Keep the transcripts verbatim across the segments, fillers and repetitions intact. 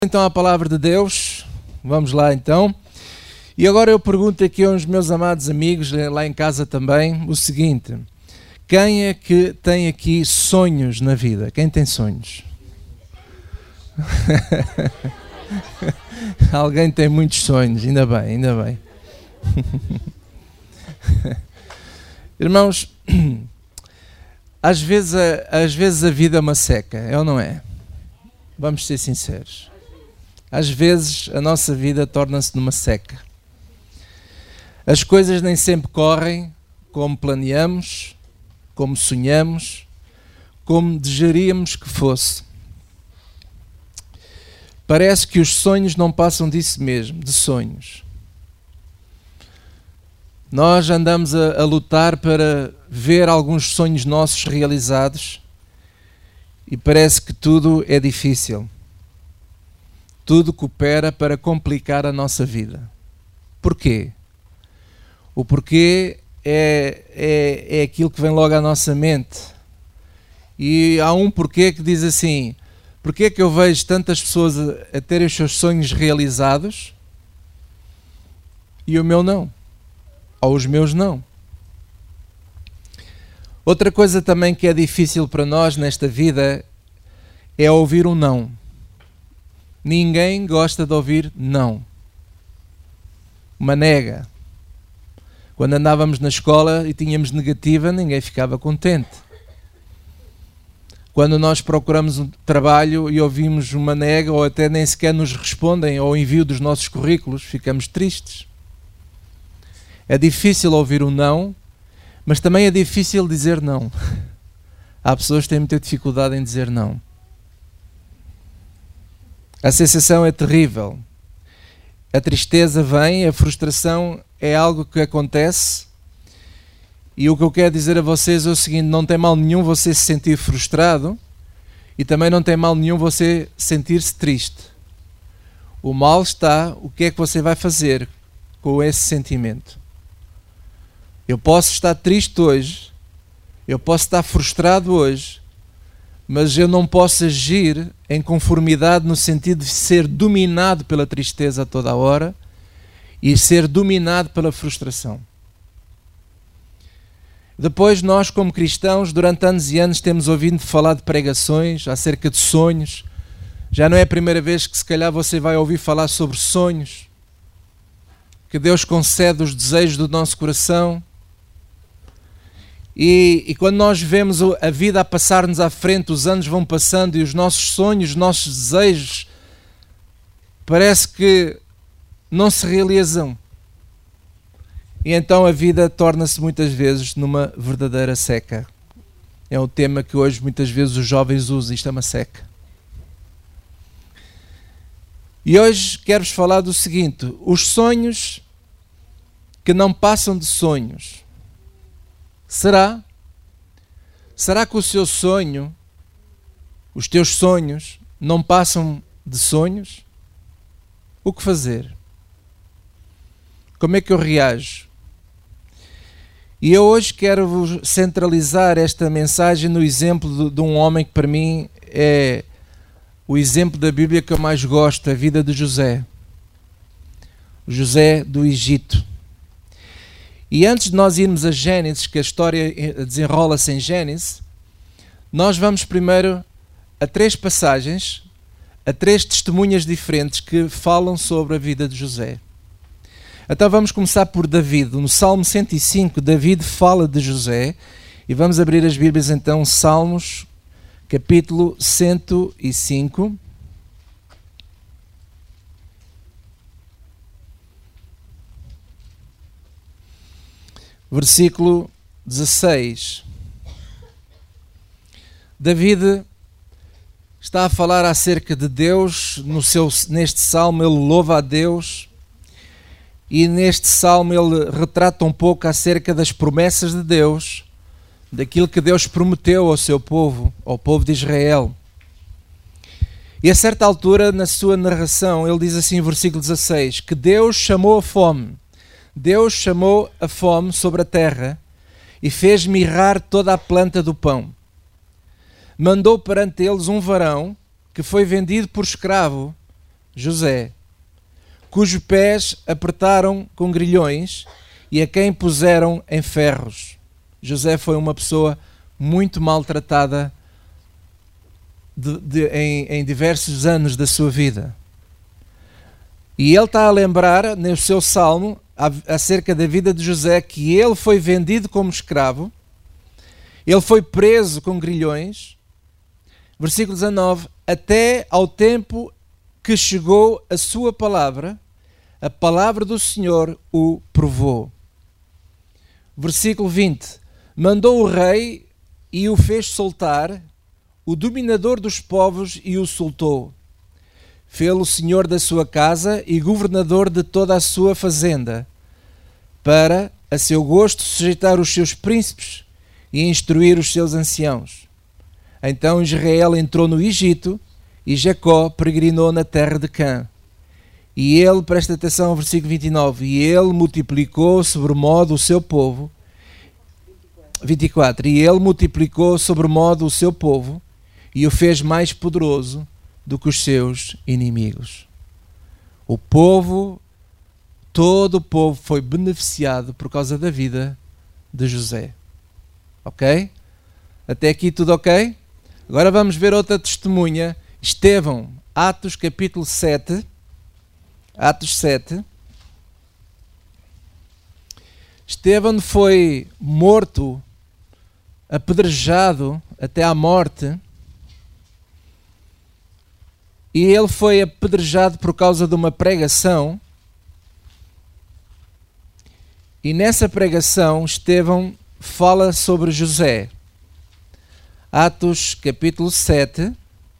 Então a palavra de Deus, vamos lá então. E agora eu pergunto aqui aos meus amados amigos, lá em casa também, o seguinte: quem é que tem aqui sonhos na vida? Quem tem sonhos? Alguém tem muitos sonhos, ainda bem, ainda bem. Irmãos, às vezes, a, às vezes a vida é uma seca, é ou não é? Vamos ser sinceros. Às vezes a nossa vida torna-se numa seca. As coisas nem sempre correm como planeamos, como sonhamos, como desejaríamos que fosse. Parece que os sonhos não passam disso mesmo, de sonhos. Nós andamos a, a lutar para ver alguns sonhos nossos realizados e parece que tudo é difícil. Tudo coopera para complicar a nossa vida. Porquê? O porquê é, é, é aquilo que vem logo à nossa mente. E há um porquê que diz assim: porquê é que eu vejo tantas pessoas a, a terem os seus sonhos realizados e o meu não? Ou os meus não? Outra coisa também que é difícil para nós nesta vida é ouvir um não. Ninguém gosta de ouvir não. Uma nega. Quando andávamos na escola e tínhamos negativa, ninguém ficava contente. Quando nós procuramos um trabalho e ouvimos uma nega ou até nem sequer nos respondem ao envio dos nossos currículos, ficamos tristes. É difícil ouvir um não, mas também é difícil dizer não. Há pessoas que têm muita dificuldade em dizer não. A sensação é terrível. A tristeza vem, a frustração é algo que acontece. E o que eu quero dizer a vocês é o seguinte: não tem mal nenhum você se sentir frustrado e também não tem mal nenhum você sentir-se triste. O mal está, o que é que você vai fazer com esse sentimento? Eu posso estar triste hoje, eu posso estar frustrado hoje, mas eu não posso agir em conformidade no sentido de ser dominado pela tristeza a toda a hora e ser dominado pela frustração. Depois, nós como cristãos, durante anos e anos temos ouvido falar de pregações acerca de sonhos. Já não é a primeira vez que se calhar você vai ouvir falar sobre sonhos, que Deus concede os desejos do nosso coração. E, e quando nós vemos a vida a passar-nos à frente, os anos vão passando e os nossos sonhos, os nossos desejos, parece que não se realizam. E então a vida torna-se muitas vezes numa verdadeira seca. É um tema que hoje muitas vezes os jovens usam, isto é uma seca. E hoje quero-vos falar do seguinte: os sonhos que não passam de sonhos. Será? Será que o seu sonho, os teus sonhos, não passam de sonhos? O que fazer? Como é que eu reajo? E eu hoje quero centralizar esta mensagem no exemplo de, de um homem que para mim é o exemplo da Bíblia que eu mais gosto, a vida de José. José do Egito. E antes de nós irmos a Gênesis, que a história desenrola-se em Gênesis, nós vamos primeiro a três passagens, a três testemunhas diferentes que falam sobre a vida de José. Então vamos começar por David. No Salmo cento e cinco, David fala de José. E vamos abrir as Bíblias então, Salmos, capítulo cento e cinco. Versículo dezesseis. David está a falar acerca de Deus. No seu, neste salmo ele louva a Deus. E neste salmo ele retrata um pouco acerca das promessas de Deus, daquilo que Deus prometeu ao seu povo, ao povo de Israel. E a certa altura, na sua narração, ele diz assim, versículo dezesseis, que Deus chamou a fome. Deus chamou a fome sobre a terra e fez mirrar toda a planta do pão. Mandou perante eles um varão que foi vendido por escravo José, cujos pés apertaram com grilhões e a quem puseram em ferros. José foi uma pessoa muito maltratada de, de, em, em diversos anos da sua vida. E ele está a lembrar, no seu salmo, acerca da vida de José, que ele foi vendido como escravo, ele foi preso com grilhões, versículo dezanove, até ao tempo que chegou a sua palavra, a palavra do Senhor o provou. Versículo vinte, mandou o rei e o fez soltar, o dominador dos povos e o soltou. Fê-lo senhor da sua casa e governador de toda a sua fazenda, para, a seu gosto, sujeitar os seus príncipes e instruir os seus anciãos. Então Israel entrou no Egito e Jacó peregrinou na terra de Cã. E ele, presta atenção ao versículo vinte e nove, e ele multiplicou sobremodo o seu povo, vinte e quatro, e ele multiplicou sobremodo o seu povo e o fez mais poderoso do que os seus inimigos. O povo, todo o povo foi beneficiado por causa da vida de José. Ok? Até aqui tudo ok? Agora vamos ver outra testemunha. Estevão, Atos capítulo sete. Atos sete. Estevão foi morto, apedrejado até à morte. E ele foi apedrejado por causa de uma pregação. E nessa pregação, Estevão fala sobre José. Atos capítulo sete.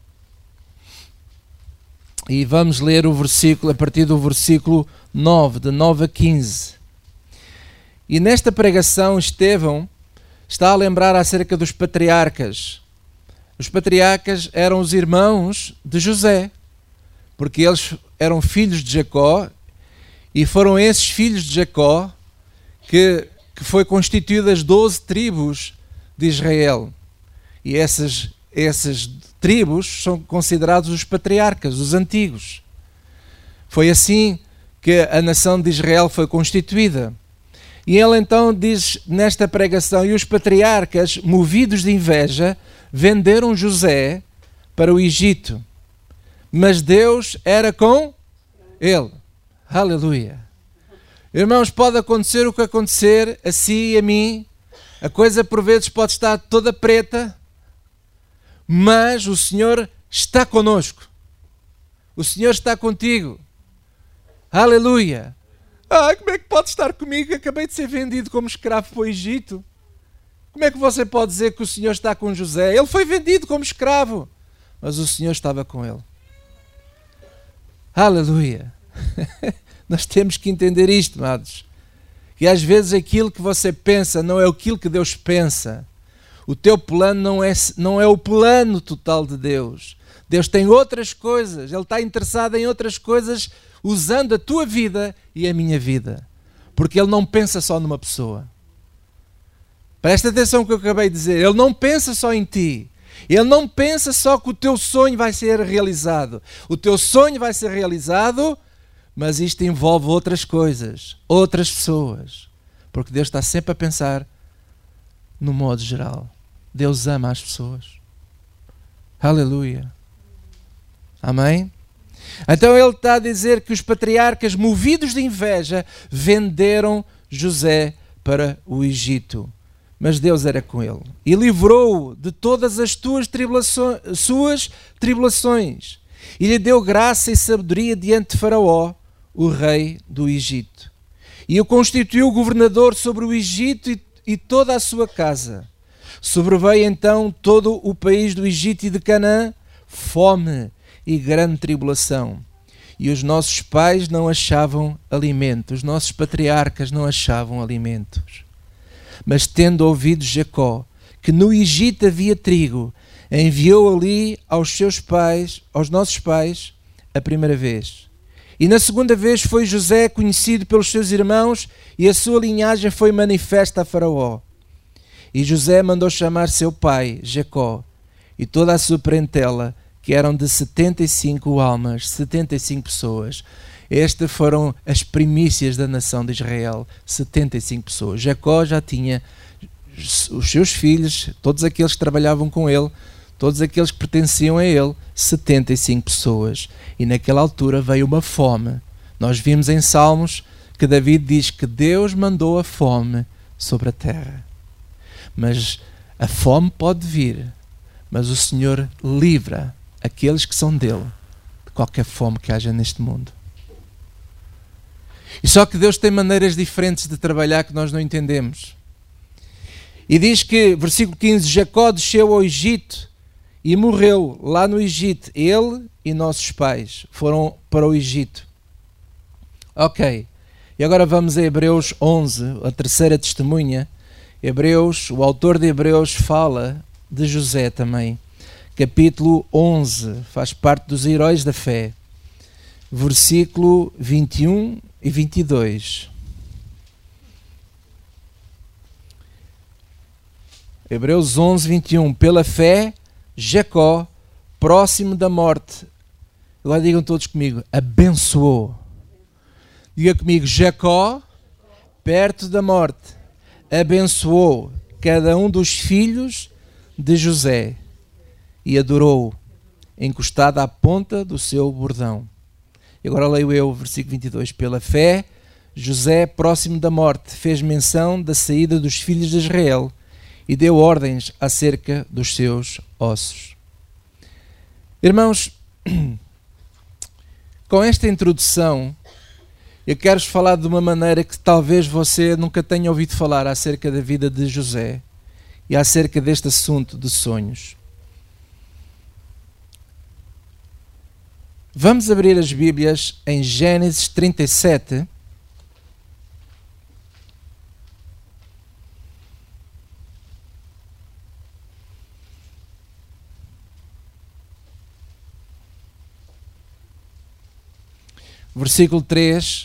E vamos ler o versículo, a partir do versículo nove, de nove a quinze. E nesta pregação, Estevão está a lembrar acerca dos patriarcas. Os patriarcas eram os irmãos de José, porque eles eram filhos de Jacó, e foram esses filhos de Jacó que, que foi constituído as doze tribos de Israel. E essas, essas tribos são considerados os patriarcas, os antigos. Foi assim que a nação de Israel foi constituída. E ele então diz nesta pregação, e os patriarcas, movidos de inveja, venderam José para o Egito. Mas Deus era com ele. Aleluia. Irmãos, pode acontecer o que acontecer a si e a mim. A coisa por vezes pode estar toda preta, mas o Senhor está conosco. O Senhor está contigo. Aleluia. Ah, como é que pode estar comigo? Acabei de ser vendido como escravo para o Egito. Como é que você pode dizer que o Senhor está com José? Ele foi vendido como escravo, mas o Senhor estava com ele. Aleluia. Nós temos que entender isto, amados. Que às vezes aquilo que você pensa não é aquilo que Deus pensa. O teu plano não é, não é o plano total de Deus. Deus tem outras coisas. Ele está interessado em outras coisas usando a tua vida e a minha vida. Porque Ele não pensa só numa pessoa. Presta atenção no que eu acabei de dizer. Ele não pensa só em ti. Ele não pensa só que o teu sonho vai ser realizado. O teu sonho vai ser realizado, mas isto envolve outras coisas, outras pessoas. Porque Deus está sempre a pensar no modo geral. Deus ama as pessoas. Aleluia. Amém? Então ele está a dizer que os patriarcas, movidos de inveja, venderam José para o Egito. Mas Deus era com ele e livrou-o de todas as tuas tribulações, suas tribulações, e lhe deu graça e sabedoria diante de Faraó, o rei do Egito. E o constituiu governador sobre o Egito e, e toda a sua casa. Sobreveio então todo o país do Egito e de Canaã fome e grande tribulação. E os nossos pais não achavam alimento, os nossos patriarcas não achavam alimentos. Mas tendo ouvido Jacó que no Egito havia trigo, enviou ali aos seus pais, aos nossos pais, a primeira vez. E na segunda vez foi José conhecido pelos seus irmãos e a sua linhagem foi manifesta a Faraó. E José mandou chamar seu pai, Jacó, e toda a sua parentela que eram de setenta e cinco almas, setenta e cinco pessoas. Estas foram as primícias da nação de Israel, setenta e cinco pessoas. Jacó já tinha os seus filhos, todos aqueles que trabalhavam com ele, todos aqueles que pertenciam a ele, setenta e cinco pessoas. E naquela altura veio uma fome. Nós vimos em Salmos que David diz que Deus mandou a fome sobre a terra. Mas a fome pode vir, mas o Senhor livra aqueles que são dele de qualquer fome que haja neste mundo. E só que Deus tem maneiras diferentes de trabalhar que nós não entendemos. E diz que, versículo quinze, Jacó desceu ao Egito e morreu lá no Egito. Ele e nossos pais foram para o Egito. Ok. E agora vamos a Hebreus onze, a terceira testemunha. Hebreus, o autor de Hebreus fala de José também. Capítulo onze, faz parte dos heróis da fé. Versículo vinte e um e vinte e dois. Hebreus onze, vinte e um. Pela fé, Jacó, próximo da morte. Agora digam todos comigo, abençoou. Diga comigo, Jacó, perto da morte, abençoou cada um dos filhos de José e adorou, encostado à ponta do seu bordão. E agora leio eu o versículo vinte e dois. Pela fé, José, próximo da morte, fez menção da saída dos filhos de Israel e deu ordens acerca dos seus ossos. Irmãos, com esta introdução, eu quero-vos falar de uma maneira que talvez você nunca tenha ouvido falar acerca da vida de José e acerca deste assunto de sonhos. Vamos abrir as Bíblias em Gênesis trinta e sete. Versículo três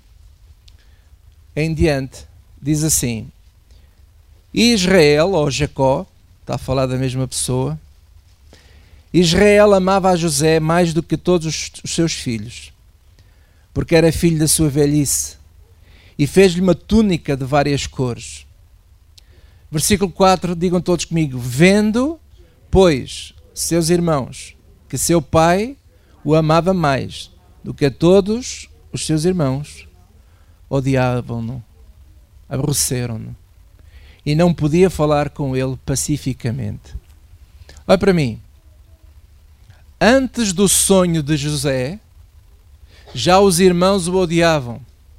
em diante, diz assim: Israel, ou Jacó, está a falar da mesma pessoa, Israel amava a José mais do que todos os, os seus filhos, porque era filho da sua velhice, e fez-lhe uma túnica de várias cores. Versículo quatro, digam todos comigo: vendo, pois, seus irmãos, que seu pai o amava mais do que a todos os seus irmãos, odiavam-no, aborreceram-no, e não podia falar com ele pacificamente. Olha para mim. Antes do sonho de José, já os irmãos o odiavam.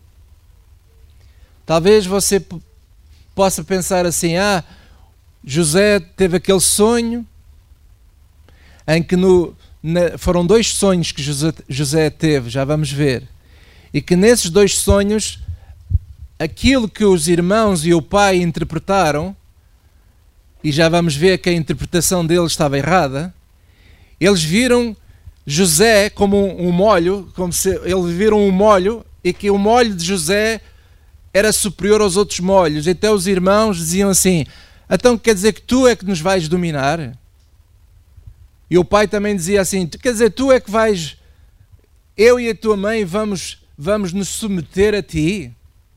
Talvez você p- possa pensar assim: ah, José teve aquele sonho em que no, na, foram dois sonhos que José, José teve, já vamos ver, e que nesses dois sonhos, aquilo que os irmãos e o pai interpretaram, e já vamos ver que a interpretação deles estava errada, eles viram José como um, um molho, como se eles viram um molho, e que o molho de José era superior aos outros molhos. Então os irmãos diziam assim: então quer dizer que tu é que nos vais dominar? E o pai também dizia assim: quer dizer, tu é que vais, eu e a tua mãe vamos, vamos nos submeter a ti?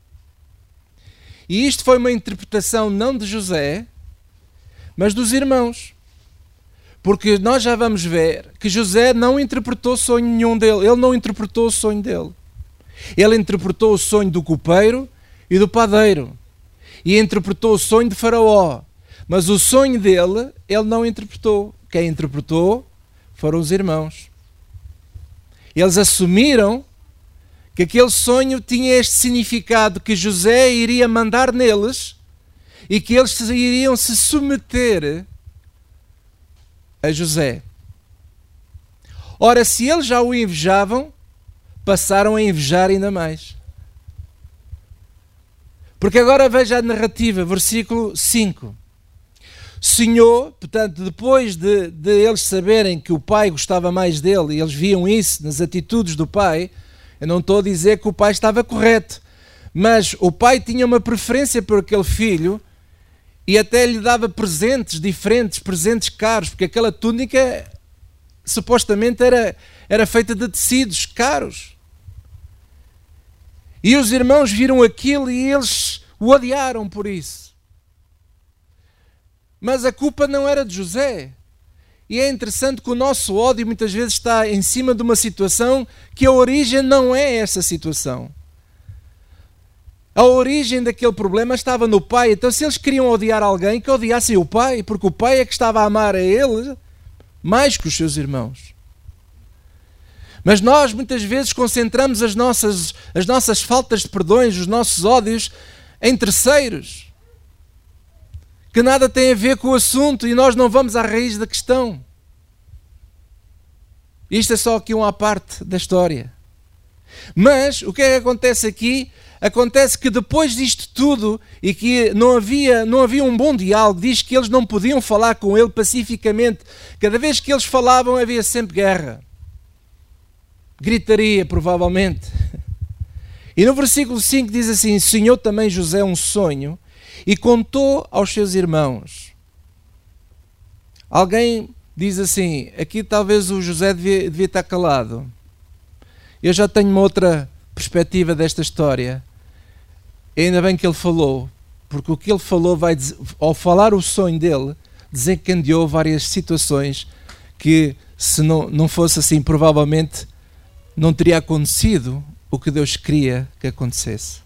E isto foi uma interpretação não de José, mas dos irmãos. Porque nós já vamos ver que José não interpretou sonho nenhum dele. Ele não interpretou o sonho dele. Ele interpretou o sonho do copeiro e do padeiro. E interpretou o sonho de Faraó. Mas o sonho dele, ele não interpretou. Quem interpretou foram os irmãos. Eles assumiram que aquele sonho tinha este significado, que José iria mandar neles e que eles iriam se submeter a José. Ora, se eles já o invejavam, passaram a invejar ainda mais. Porque agora veja a narrativa, versículo cinco. Sonhou, portanto, depois de, de eles saberem que o pai gostava mais dele, e eles viam isso nas atitudes do pai, eu não estou a dizer que o pai estava correto, mas o pai tinha uma preferência por aquele filho, e até lhe dava presentes diferentes, presentes caros, porque aquela túnica supostamente era, era feita de tecidos caros. E os irmãos viram aquilo e eles o odiaram por isso. Mas a culpa não era de José. E é interessante que o nosso ódio muitas vezes está em cima de uma situação que a origem não é essa situação. A origem daquele problema estava no pai. Então, se eles queriam odiar alguém, que odiassem o pai, porque o pai é que estava a amar a ele mais que os seus irmãos. Mas nós muitas vezes concentramos as nossas, as nossas faltas de perdões, os nossos ódios em terceiros, que nada tem a ver com o assunto, e nós não vamos à raiz da questão. Isto é só aqui uma parte da história. Mas o que é que acontece aqui? Acontece que depois disto tudo, e que não havia, não havia um bom diálogo, diz que eles não podiam falar com ele pacificamente. Cada vez que eles falavam havia sempre guerra. Gritaria, provavelmente. E no versículo cinco diz assim: sonhou também José um sonho e contou aos seus irmãos. Alguém diz assim, aqui talvez o José devia, devia estar calado. Eu já tenho uma outra perspectiva desta história. E ainda bem que ele falou, porque o que ele falou vai, ao falar o sonho dele, desencadeou várias situações que, se não, não fosse assim, provavelmente não teria acontecido o que Deus queria que acontecesse.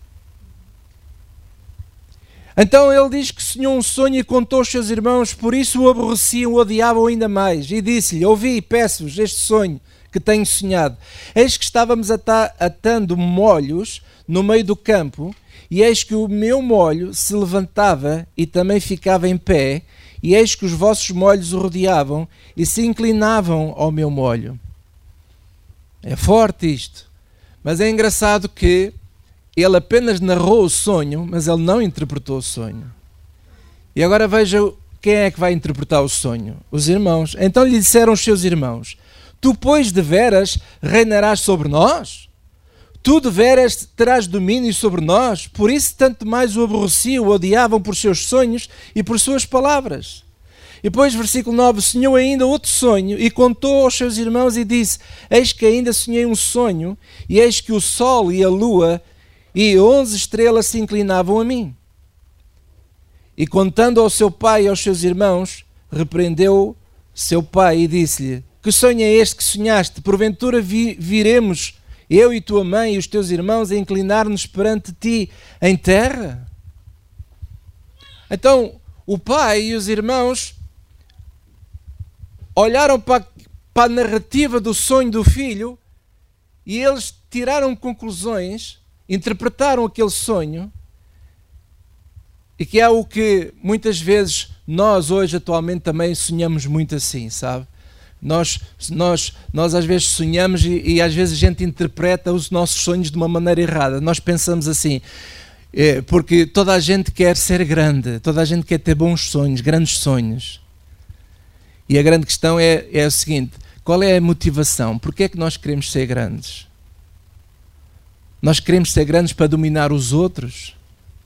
Então ele diz que sonhou um sonho e contou aos seus irmãos, por isso o aborreciam, o odiavam ainda mais. E disse-lhe: ouvi, peço-vos este sonho que tenho sonhado. Eis que estávamos atando molhos no meio do campo, e eis que o meu molho se levantava e também ficava em pé, e eis que os vossos molhos o rodeavam e se inclinavam ao meu molho. É forte isto, mas é engraçado que ele apenas narrou o sonho, mas ele não interpretou o sonho. E agora veja quem é que vai interpretar o sonho. Os irmãos. Então lhe disseram os seus irmãos: tu, pois, deveras reinarás sobre nós? Tu, deveras, terás domínio sobre nós? Por isso, tanto mais o aborreciam, o odiavam por seus sonhos e por suas palavras. E depois, versículo nove, sonhou ainda outro sonho e contou aos seus irmãos e disse: eis que ainda sonhei um sonho, e eis que o sol e a lua e onze estrelas se inclinavam a mim. E contando ao seu pai e aos seus irmãos, repreendeu seu pai e disse-lhe: que sonho é este que sonhaste? Porventura vi, viremos eu e tua mãe e os teus irmãos a inclinar-nos perante ti em terra? Então o pai e os irmãos olharam para, para a narrativa do sonho do filho e eles tiraram conclusões, interpretaram aquele sonho, e que é o que muitas vezes nós hoje atualmente também sonhamos muito assim, sabe? Nós, nós, nós às vezes sonhamos e, e às vezes a gente interpreta os nossos sonhos de uma maneira errada. Nós pensamos assim, é, porque toda a gente quer ser grande, toda a gente quer ter bons sonhos, grandes sonhos. E a grande questão é, é o seguinte: qual é a motivação? Porquê é que nós queremos ser grandes? Nós queremos ser grandes para dominar os outros?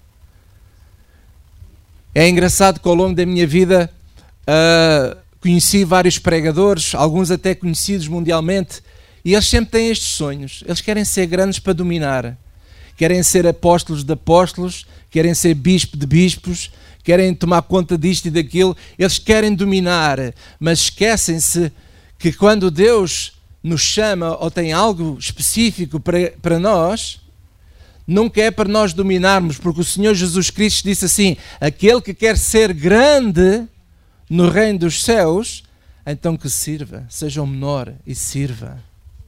É engraçado que ao longo da minha vida uh, conheci vários pregadores, alguns até conhecidos mundialmente, e eles sempre têm estes sonhos. Eles querem ser grandes para dominar. Querem ser apóstolos de apóstolos, querem ser bispo de bispos, querem tomar conta disto e daquilo. Eles querem dominar, mas esquecem-se que quando Deus nos chama ou tem algo específico para, para nós, nunca é para nós dominarmos, porque o Senhor Jesus Cristo disse assim: aquele que quer ser grande no reino dos céus, então que sirva, seja o menor e sirva.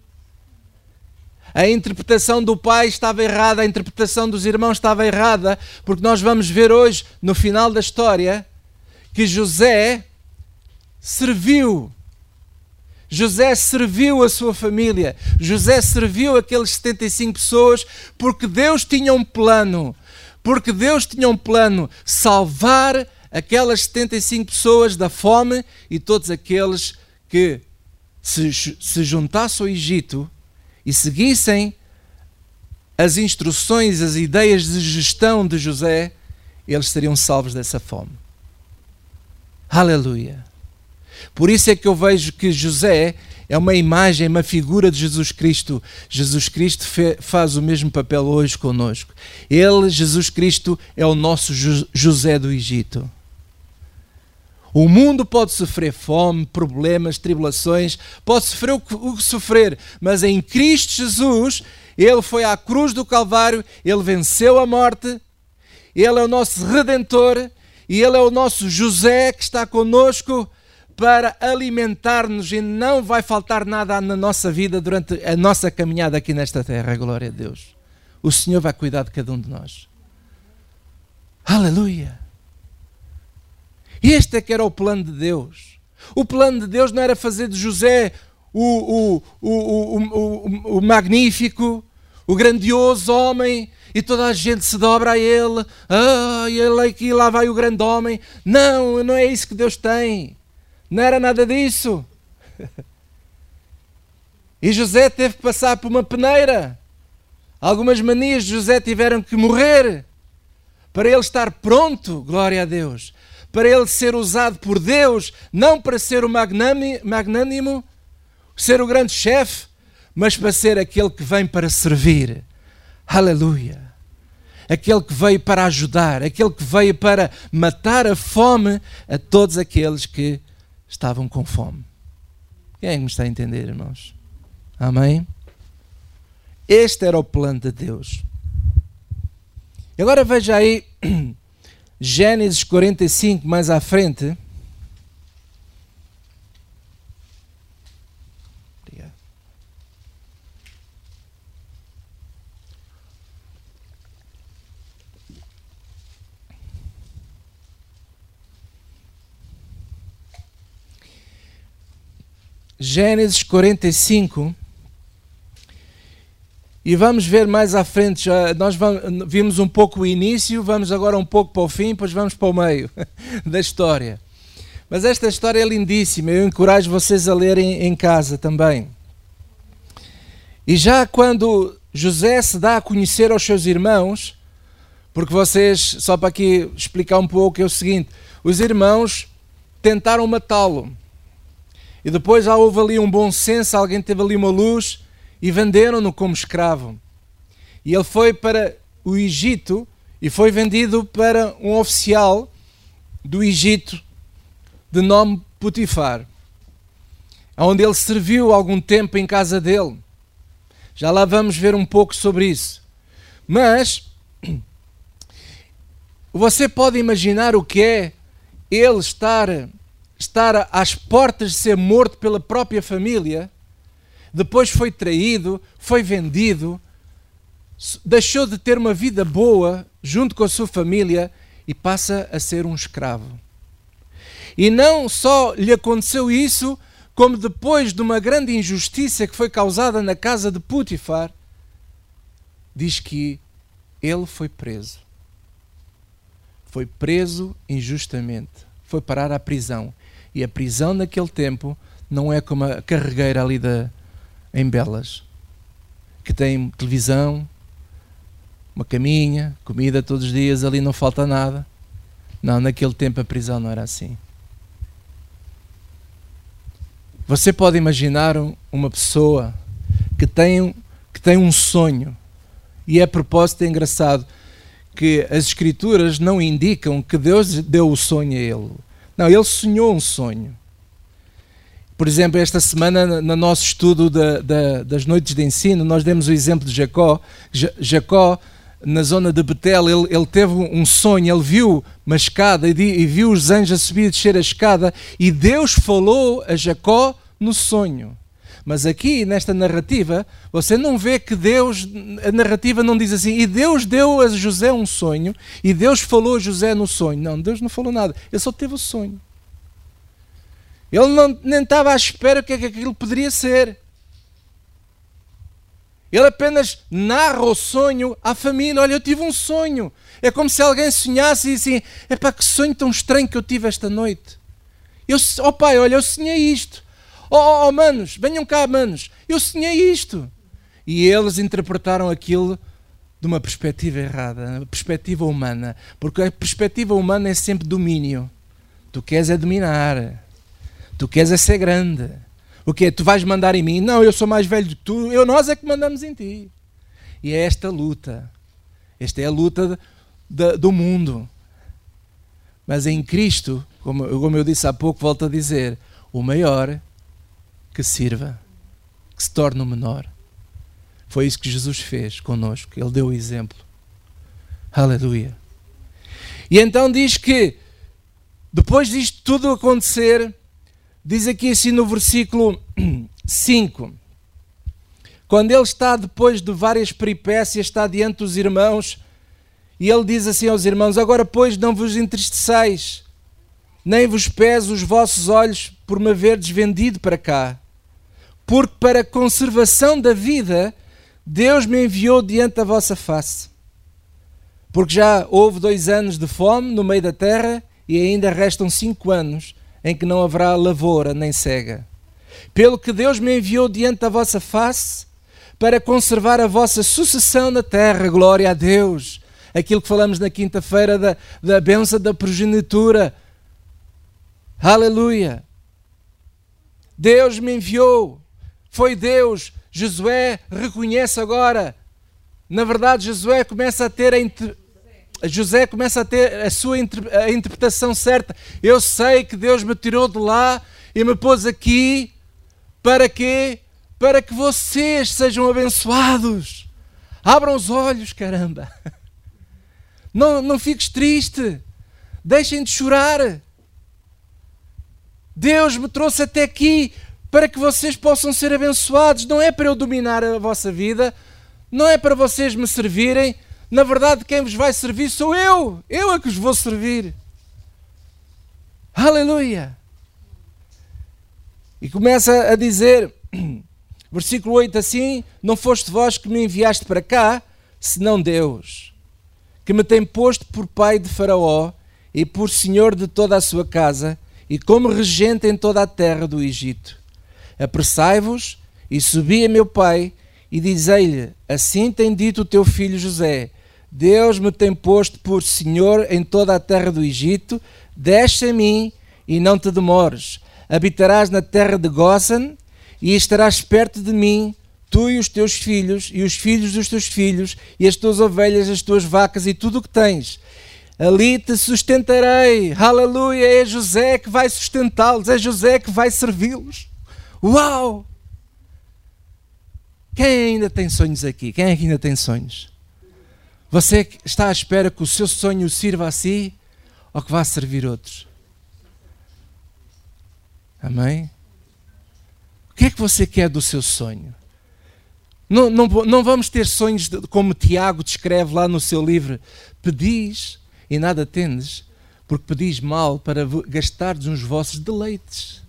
A interpretação do pai estava errada, a interpretação dos irmãos estava errada, porque nós vamos ver hoje, no final da história, que José serviu. José serviu a sua família. José serviu aqueles setenta e cinco pessoas porque Deus tinha um plano. Porque Deus tinha um plano: salvar aquelas setenta e cinco pessoas da fome e todos aqueles que se, se juntassem ao Egito e seguissem as instruções, as ideias de gestão de José, eles seriam salvos dessa fome. Aleluia! Por isso é que eu vejo que José, É uma imagem, uma figura de Jesus Cristo. Jesus Cristo fe, faz o mesmo papel hoje conosco. Ele, Jesus Cristo, é o nosso Jo- José do Egito. O mundo pode sofrer fome, problemas, tribulações, pode sofrer o que, o que sofrer, mas em Cristo Jesus, Ele foi à cruz do Calvário, Ele venceu a morte, Ele é o nosso Redentor e Ele é o nosso José que está conosco para alimentar-nos e não vai faltar nada na nossa vida durante a nossa caminhada aqui nesta terra, glória a Deus. O Senhor vai cuidar de cada um de nós. Aleluia! Este é que era o plano de Deus. O plano de Deus não era fazer de José o, o, o, o, o, o magnífico, o grandioso homem, e toda a gente se dobra a ele. Ah, ele aqui, lá vai o grande homem. Não, não é isso que Deus tem. Não era nada disso. E José teve que passar por uma peneira. Algumas manias de José tiveram que morrer para ele estar pronto, glória a Deus, para ele ser usado por Deus, não para ser o magnânimo, ser o grande chefe, mas para ser aquele que vem para servir. Aleluia! Aquele que veio para ajudar, aquele que veio para matar a fome a todos aqueles que estavam com fome. Quem é que me está a entender, irmãos? Amém? Este era o plano de Deus. E agora veja aí Gênesis quarenta e cinco, mais à frente. Obrigado. Gênesis quarenta e cinco. E vamos ver mais à frente, já, nós vamos, vimos um pouco o início, vamos agora um pouco para o fim, depois vamos para o meio da história. Mas esta história é lindíssima, eu encorajo vocês a lerem em casa também. E já quando José se dá a conhecer aos seus irmãos, porque vocês, só para aqui explicar um pouco, é o seguinte, os irmãos tentaram matá-lo. E depois já houve ali um bom senso, alguém teve ali uma luz, e venderam-no como escravo. E ele foi para o Egito e foi vendido para um oficial do Egito de nome Potifar, onde ele serviu algum tempo em casa dele. Já lá vamos ver um pouco sobre isso. Mas você pode imaginar o que é ele estar, estar às portas de ser morto pela própria família. Depois foi traído, foi vendido, deixou de ter uma vida boa junto com a sua família e passa a ser um escravo. E não só lhe aconteceu isso, como depois de uma grande injustiça que foi causada na casa de Potifar, diz que ele foi preso. Foi preso injustamente. Foi parar à prisão. E a prisão naquele tempo não é como a carregueira ali da em Belas, que tem televisão, uma caminha, comida todos os dias, ali não falta nada. Não, naquele tempo a prisão não era assim. Você pode imaginar uma pessoa que tem, que tem um sonho, e é a propósito, é engraçado, que as Escrituras não indicam que Deus deu o sonho a ele. Não, ele sonhou um sonho. Por exemplo, esta semana, no nosso estudo da, da, das noites de ensino, nós demos o exemplo de Jacó. Jacó, na zona de Betel, ele, ele teve um sonho, ele viu uma escada e, e viu os anjos a subir e descer a escada, e Deus falou a Jacó no sonho. Mas aqui, nesta narrativa, você não vê que Deus, a narrativa não diz assim, e Deus deu a José um sonho, e Deus falou a José no sonho. Não, Deus não falou nada, ele só teve o sonho. Ele não, nem estava à espera o que é que aquilo poderia ser. Ele apenas narra o sonho à família. Olha, eu tive um sonho. É como se alguém sonhasse e assim, epá, que sonho tão estranho que eu tive esta noite. Eu, oh pai, olha, eu sonhei isto. Oh, oh, oh manos, venham cá, manos. Eu sonhei isto. E eles interpretaram aquilo de uma perspectiva errada, uma perspectiva humana. Porque a perspectiva humana é sempre domínio. Tu queres é dominar. Tu queres é ser grande. O quê? Tu vais mandar em mim? Não, eu sou mais velho do que tu, eu, nós é que mandamos em ti. E é esta luta. Esta é a luta de, de, do mundo. Mas em Cristo, como, como eu disse há pouco, volto a dizer, o maior que sirva, que se torne o menor. Foi isso que Jesus fez connosco. Ele deu o exemplo. Aleluia. E então diz que, depois disto tudo acontecer, diz aqui assim no versículo cinco, quando ele está, depois de várias peripécias, está diante dos irmãos, e ele diz assim aos irmãos: agora, pois, não vos entristeçais, nem vos pese os vossos olhos por me haverdes vendido para cá, porque para a conservação da vida Deus me enviou diante da vossa face. Porque já houve dois anos de fome no meio da terra, e ainda restam cinco anos em que não haverá lavoura nem cega. Pelo que Deus me enviou diante da vossa face, para conservar a vossa sucessão na terra. Glória a Deus. Aquilo que falamos na quinta-feira da, da bênção da progenitura. Aleluia. Deus me enviou. Foi Deus. Josué reconhece agora. Na verdade, Josué começa a ter a inter... José começa a ter a sua inter... a interpretação certa. Eu sei que Deus me tirou de lá e me pôs aqui. Para quê? Para que vocês sejam abençoados. Abram os olhos, caramba. Não, não fiques triste. Deixem de chorar. Deus me trouxe até aqui para que vocês possam ser abençoados. Não é para eu dominar a vossa vida. Não é para vocês me servirem. Na verdade, quem vos vai servir sou eu. Eu é que vos vou servir. Aleluia. E começa a dizer, versículo oito assim: não foste vós que me enviaste para cá, senão Deus, que me tem posto por pai de Faraó e por senhor de toda a sua casa e como regente em toda a terra do Egito. Apressai-vos e subi a meu pai e dizei-lhe: assim tem dito o teu filho José, Deus me tem posto por senhor em toda a terra do Egito, desce a mim e não te demores. Habitarás na terra de Gósen e estarás perto de mim, tu e os teus filhos, e os filhos dos teus filhos, e as tuas ovelhas, as tuas vacas, e tudo o que tens. Ali te sustentarei. Aleluia! É José que vai sustentá-los, é José que vai servi-los. Uau! Quem ainda tem sonhos aqui? Quem é que ainda tem sonhos? Você está à espera que o seu sonho sirva a si ou que vá servir outros? Amém? O que é que você quer do seu sonho? Não, não, não vamos ter sonhos de, como Tiago descreve lá no seu livro. Pedis e nada tendes, porque pedis mal para gastardes uns vossos deleites.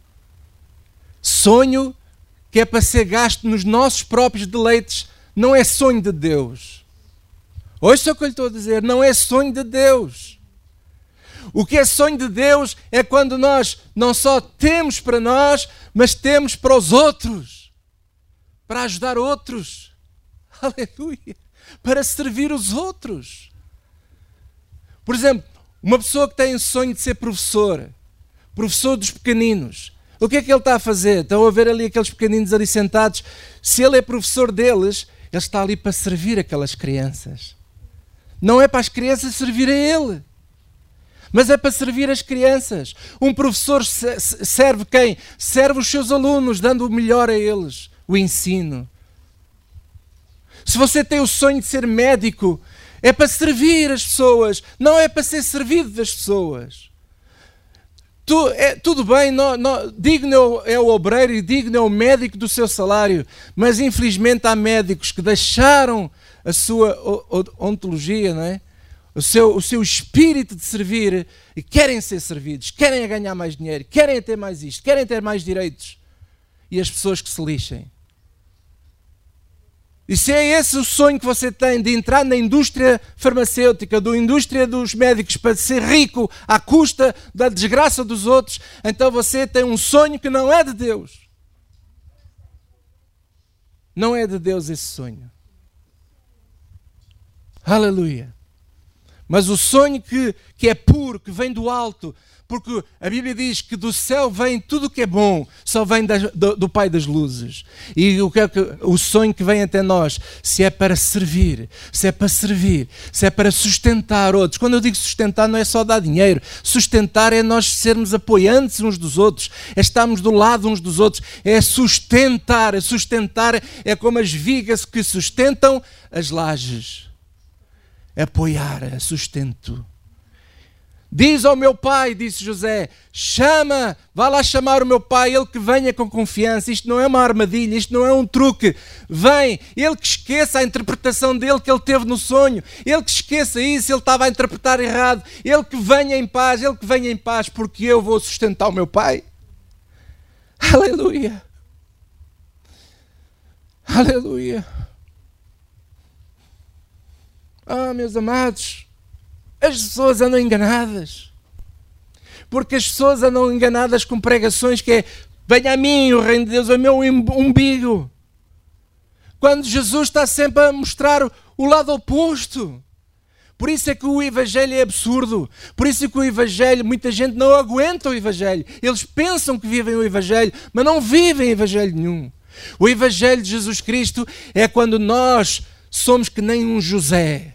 Sonho que é para ser gasto nos nossos próprios deleites não é sonho de Deus. Ouça o que eu lhe estou a dizer, não é sonho de Deus. O que é sonho de Deus é quando nós não só temos para nós, mas temos para os outros. Para ajudar outros. Aleluia. Para servir os outros. Por exemplo, uma pessoa que tem o sonho de ser professor, professor dos pequeninos, o que é que ele está a fazer? Estão a ver ali aqueles pequeninos ali sentados. Se ele é professor deles, ele está ali para servir aquelas crianças. Não é para as crianças servir a ele, mas é para servir as crianças. Um professor serve quem? Serve os seus alunos, dando o melhor a eles, o ensino. Se você tem o sonho de ser médico, é para servir as pessoas, não é para ser servido das pessoas. Tu, é, tudo bem, não, não, digno é o obreiro e digno é o médico do seu salário, mas infelizmente há médicos que deixaram a sua ontologia, não é? O seu, o seu espírito de servir e querem ser servidos, querem ganhar mais dinheiro, querem ter mais isto, querem ter mais direitos. E as pessoas que se lixem. E se é esse o sonho que você tem de entrar na indústria farmacêutica, da indústria dos médicos, para ser rico à custa da desgraça dos outros, então você tem um sonho que não é de Deus. Não é de Deus esse sonho. Aleluia. Mas o sonho que, que é puro, que vem do alto, porque a Bíblia diz que do céu vem tudo o que é bom, só vem das, do, do Pai das luzes. E o, que é que, o sonho que vem até nós, se é para servir, se é para servir, se é para sustentar outros. Quando eu digo sustentar, não é só dar dinheiro. Sustentar é nós sermos apoiantes uns dos outros, é estarmos do lado uns dos outros, é sustentar. Sustentar é como as vigas que sustentam as lajes. Apoiar, é sustento. Diz ao meu pai, disse José, chama, vá lá chamar o meu pai, ele que venha com confiança. Isto não é uma armadilha, isto não é um truque. Vem, ele que esqueça a interpretação dele que ele teve no sonho, ele que esqueça isso, ele estava a interpretar errado. Ele que venha em paz, ele que venha em paz, porque eu vou sustentar o meu pai. Aleluia. Aleluia. Ah, meus amados, as pessoas andam enganadas, porque as pessoas andam enganadas com pregações que é, venha a mim o reino de Deus, é o meu umbigo, quando Jesus está sempre a mostrar o lado oposto. Por isso é que o Evangelho é absurdo, por isso é que o Evangelho, muita gente não aguenta o Evangelho, eles pensam que vivem o Evangelho, mas não vivem Evangelho nenhum. O Evangelho de Jesus Cristo é quando nós somos que nem um José.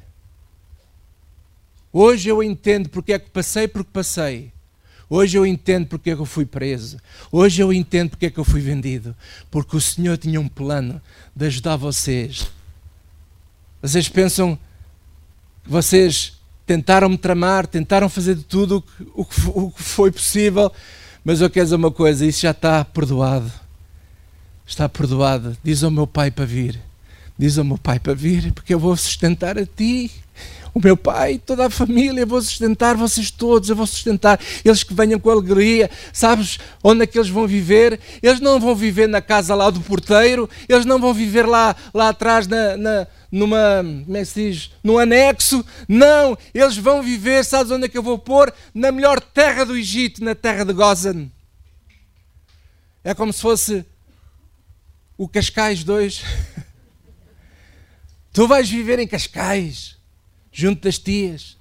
Hoje eu entendo porque é que passei, porque passei. Hoje eu entendo porque é que eu fui preso. Hoje eu entendo porque é que eu fui vendido. Porque o Senhor tinha um plano de ajudar vocês. Vocês pensam que vocês tentaram me tramar, tentaram fazer de tudo o que, o que foi possível, mas eu quero dizer uma coisa, isso já está perdoado. Está perdoado. Diz ao meu pai para vir. Diz ao meu pai para vir, porque eu vou sustentar a ti. O meu pai, toda a família, eu vou sustentar vocês todos, eu vou sustentar eles que venham com alegria. Sabes onde é que eles vão viver? Eles não vão viver na casa lá do porteiro, eles não vão viver lá, lá atrás na, na, numa, como é que se diz? Num anexo. Não, eles vão viver, sabes onde é que eu vou pôr? Na melhor terra do Egito, na terra de Gozan. É como se fosse o Cascais dois. Tu vais viver em Cascais, junto das tias.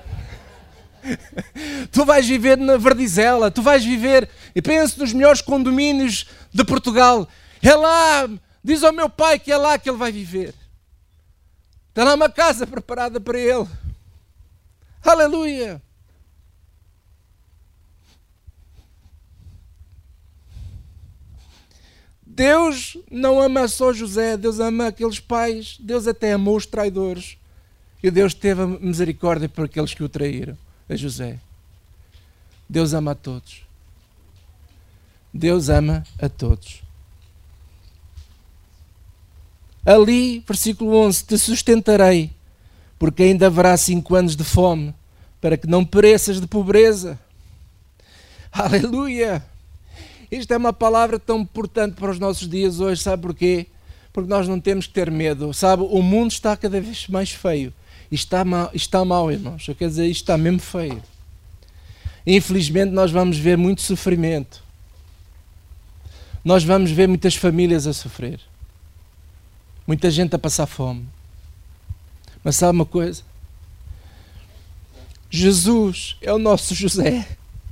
Tu vais viver na Verdizela, tu vais viver, e penso nos melhores condomínios de Portugal. É lá, diz ao meu pai que é lá que ele vai viver. Está lá uma casa preparada para ele. Aleluia! Deus não ama só José, Deus ama aqueles pais, Deus até amou os traidores. E Deus teve a misericórdia por aqueles que o traíram, a José. Deus ama a todos. Deus ama a todos. Ali, versículo onze, te sustentarei, porque ainda haverá cinco anos de fome, para que não pereças de pobreza. Aleluia! Isto é uma palavra tão importante para os nossos dias hoje, sabe porquê? Porque nós não temos que ter medo, sabe? O mundo está cada vez mais feio. Isto está mal, isto está mal, irmãos. Eu quero dizer, isto está mesmo feio. Infelizmente nós vamos ver muito sofrimento. Nós vamos ver muitas famílias a sofrer. Muita gente a passar fome. Mas sabe uma coisa? Jesus é o nosso José.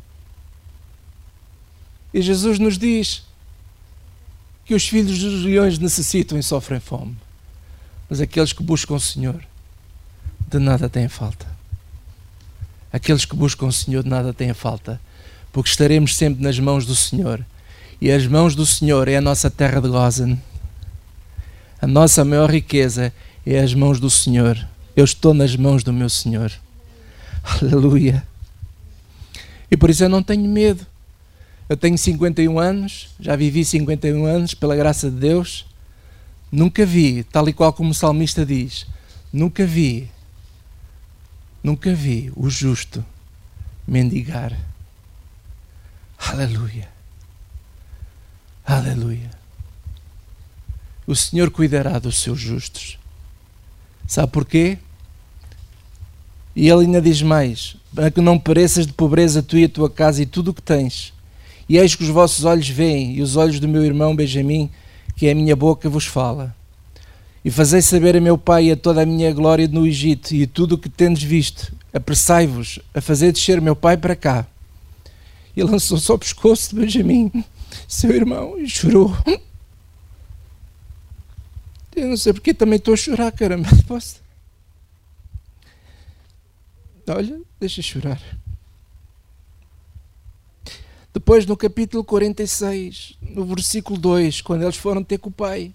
E Jesus nos diz que os filhos dos leões necessitam e sofrem fome. Mas aqueles que buscam o Senhor, de nada têm falta. Aqueles que buscam o Senhor, de nada têm falta. Porque estaremos sempre nas mãos do Senhor. E as mãos do Senhor é a nossa terra de Gozan. A nossa maior riqueza é as mãos do Senhor. Eu estou nas mãos do meu Senhor. Aleluia. E por isso eu não tenho medo. Eu tenho cinquenta e um anos, já vivi cinquenta e um anos, pela graça de Deus. Nunca vi, tal e qual como o salmista diz, nunca vi, nunca vi o justo mendigar. Aleluia. Aleluia. O Senhor cuidará dos seus justos. Sabe porquê? E ele ainda diz mais, para que não pereças de pobreza tu e a tua casa e tudo o que tens. E eis que os vossos olhos veem, e os olhos do meu irmão Benjamim, que é a minha boca, vos fala. E fazei saber a meu pai e a toda a minha glória no Egito, e tudo o que tendes visto, apressai-vos a fazer descer meu pai para cá. E lançou-se ao pescoço de Benjamim, seu irmão, e chorou. Eu não sei porque também estou a chorar, caramba. Posso? Olha, deixa chorar. Depois, no capítulo quarenta e seis, no versículo dois, quando eles foram ter com o pai,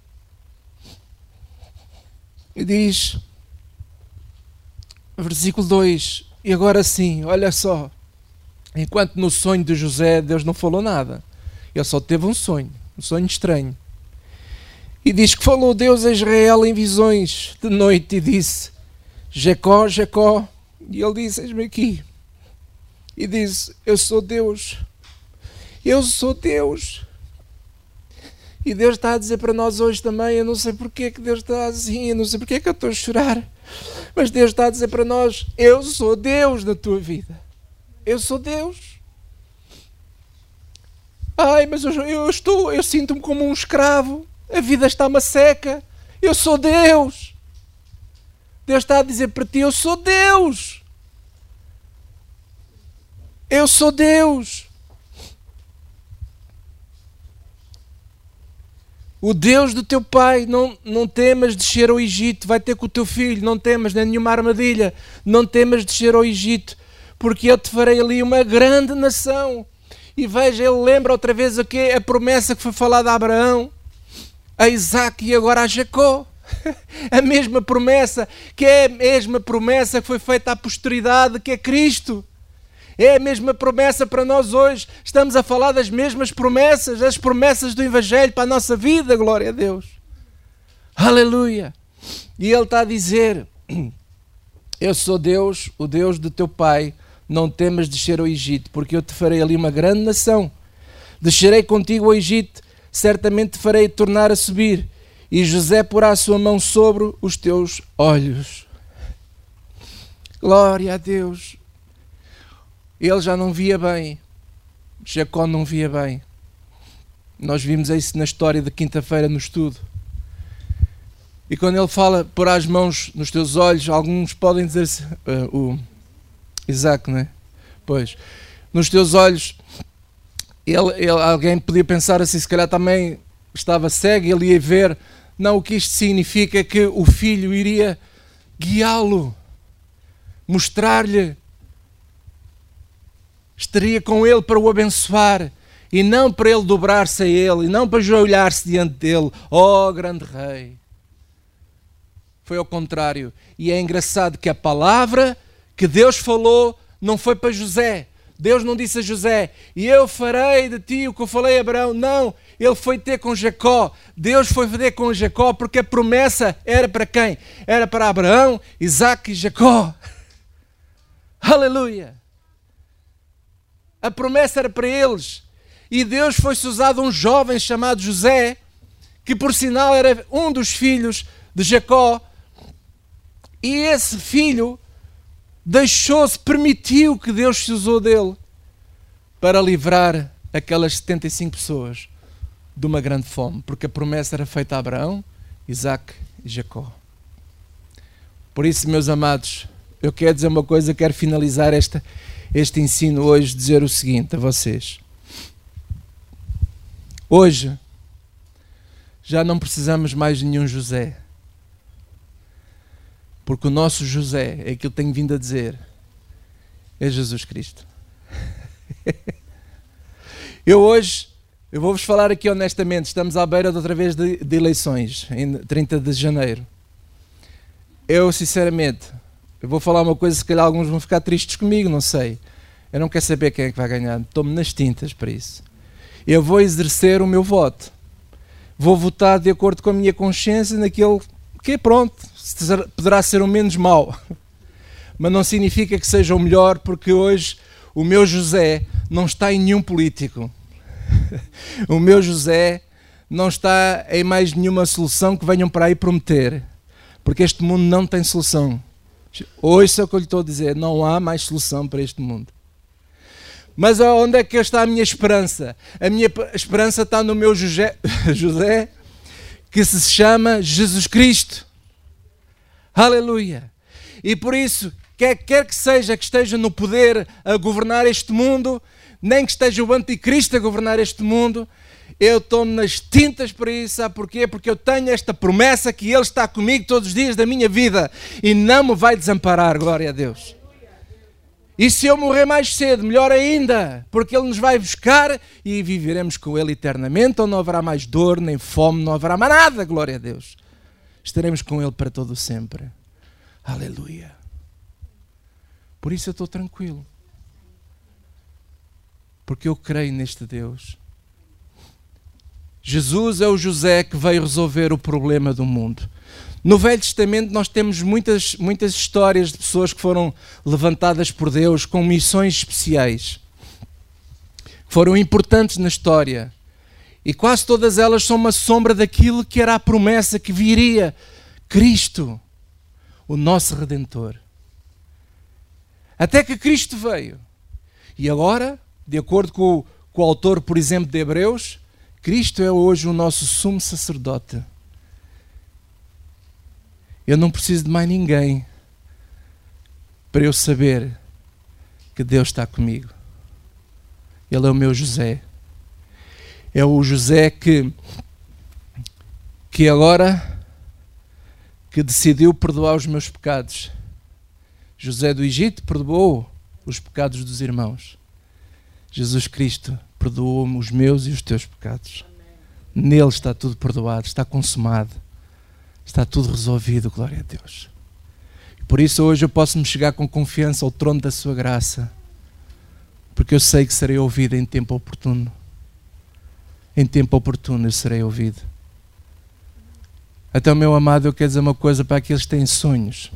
diz, versículo dois, e agora sim, olha só, enquanto no sonho de José Deus não falou nada, ele só teve um sonho, um sonho estranho. E diz que falou Deus a Israel em visões de noite e disse, Jacó, Jacó, e ele disse, eis-me aqui. E disse, eu sou Deus, eu sou Deus. E Deus está a dizer para nós hoje também, eu não sei porque que Deus está assim, eu não sei porque que eu estou a chorar, mas Deus está a dizer para nós, eu sou Deus na tua vida, eu sou Deus. Ai, mas eu, eu estou, eu sinto-me como um escravo, a vida está-me seca, eu sou Deus. Deus está a dizer para ti, eu sou Deus. Eu sou Deus. O Deus do teu pai, não, não temas descer ao Egito, vai ter com o teu filho, não temas nem nenhuma armadilha, não temas descer ao Egito, porque eu te farei ali uma grande nação. E veja, ele lembra outra vez a, quê? A promessa que foi falada a Abraão, a Isaac e agora a Jacó. A mesma promessa, que é a mesma promessa que foi feita à posteridade, que é Cristo. É a mesma promessa para nós hoje. Estamos a falar das mesmas promessas, as promessas do Evangelho para a nossa vida, glória a Deus. Aleluia. E ele está a dizer, eu sou Deus, o Deus do teu pai, não temas descer ao Egito, porque eu te farei ali uma grande nação. Descerei contigo ao Egito, certamente te farei tornar a subir, e José porá a sua mão sobre os teus olhos. Glória a Deus. Ele já não via bem, Jacó não via bem. Nós vimos isso na história de quinta-feira no estudo. E quando ele fala, porá as mãos nos teus olhos, alguns podem dizer, uh, o Isaac, não é? Pois, nos teus olhos, ele, ele, alguém podia pensar assim, se calhar também estava cego, ele ia ver. Não, o que isto significa é que o filho iria guiá-lo, mostrar-lhe, estaria com ele para o abençoar, e não para ele dobrar-se a ele, e não para ajoelhar-se diante dele. Oh, grande rei! Foi ao contrário. E é engraçado que a palavra que Deus falou não foi para José. Deus não disse a José, e eu farei de ti o que eu falei a Abraão. Não, ele foi ter com Jacó. Deus foi ter com Jacó porque a promessa era para quem? Era para Abraão, Isaac e Jacó. Aleluia! A promessa era para eles. E Deus foi-se usado um jovem chamado José, que por sinal era um dos filhos de Jacó. E esse filho deixou-se, permitiu que Deus se usou dele para livrar aquelas setenta e cinco pessoas de uma grande fome, porque a promessa era feita a Abraão, Isaac e Jacó. Por isso, meus amados, eu quero dizer uma coisa, quero finalizar esta, este ensino hoje, dizer o seguinte a vocês. Hoje, já não precisamos mais de nenhum José. Porque o nosso José, é aquilo que tenho vindo a dizer, é Jesus Cristo. Eu hoje, eu vou-vos falar aqui honestamente, estamos à beira de outra vez de, de eleições, em trinta de janeiro. Eu, sinceramente, eu vou falar uma coisa, se calhar alguns vão ficar tristes comigo, não sei. Eu não quero saber quem é que vai ganhar, estou-me nas tintas para isso. Eu vou exercer o meu voto. Vou votar de acordo com a minha consciência naquele que, pronto, poderá ser o menos mau. Mas não significa que seja o melhor, porque hoje o meu José não está em nenhum político. O meu José não está em mais nenhuma solução que venham para aí prometer. Porque este mundo não tem solução. Hoje é o que eu lhe estou a dizer, não há mais solução para este mundo. Mas onde é que está a minha esperança? A minha esperança está no meu José, José, que se chama Jesus Cristo. Aleluia! E por isso, quer quer que seja que esteja no poder a governar este mundo, nem que esteja o anticristo a governar este mundo, eu tomo nas tintas para isso. Sabe porquê? Porque eu tenho esta promessa que Ele está comigo todos os dias da minha vida e não me vai desamparar, glória a Deus. E se eu morrer mais cedo, melhor ainda, porque Ele nos vai buscar e viveremos com Ele eternamente, onde não haverá mais dor, nem fome, não haverá mais nada, glória a Deus. Estaremos com Ele para todo o sempre. Aleluia. Por isso eu estou tranquilo. Porque eu creio neste Deus. Jesus é o José que veio resolver o problema do mundo. No Velho Testamento nós temos muitas, muitas histórias de pessoas que foram levantadas por Deus com missões especiais. Foram importantes na história. E quase todas elas são uma sombra daquilo que era a promessa que viria. Cristo, o nosso Redentor. Até que Cristo veio. E agora, de acordo com o, com o autor, por exemplo, de Hebreus, Cristo é hoje o nosso sumo sacerdote. Eu não preciso de mais ninguém para eu saber que Deus está comigo. Ele é o meu José. É o José que, que agora que decidiu perdoar os meus pecados. José do Egito perdoou os pecados dos irmãos. Jesus Cristo perdoou os meus e os teus pecados. Nele está tudo perdoado, está consumado. Está tudo resolvido, glória a Deus. Por isso hoje eu posso me chegar com confiança ao trono da sua graça, porque eu sei que serei ouvido em tempo oportuno. Em tempo oportuno eu serei ouvido. Então, meu amado, eu quero dizer uma coisa para aqueles que têm sonhos.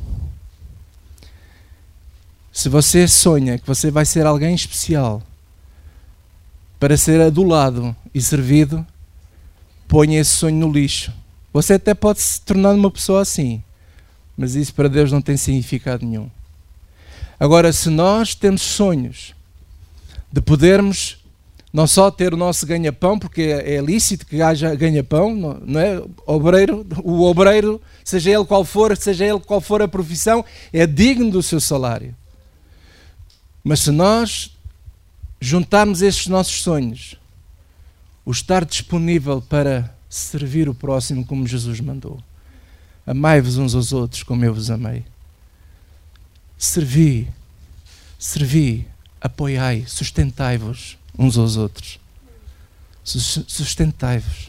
Se você sonha que você vai ser alguém especial para ser adulado e servido, ponha esse sonho no lixo. Você até pode se tornar uma pessoa assim, mas isso para Deus não tem significado nenhum. Agora, se nós temos sonhos de podermos não só ter o nosso ganha-pão, porque é lícito que haja ganha-pão, não, não é? Obreiro, o obreiro, seja ele qual for, seja ele qual for a profissão, é digno do seu salário. Mas se nós juntarmos estes nossos sonhos, o estar disponível para servir o próximo como Jesus mandou. Amai-vos uns aos outros como eu vos amei. Servi, servi, apoiai, sustentai-vos uns aos outros. Sustentai-vos.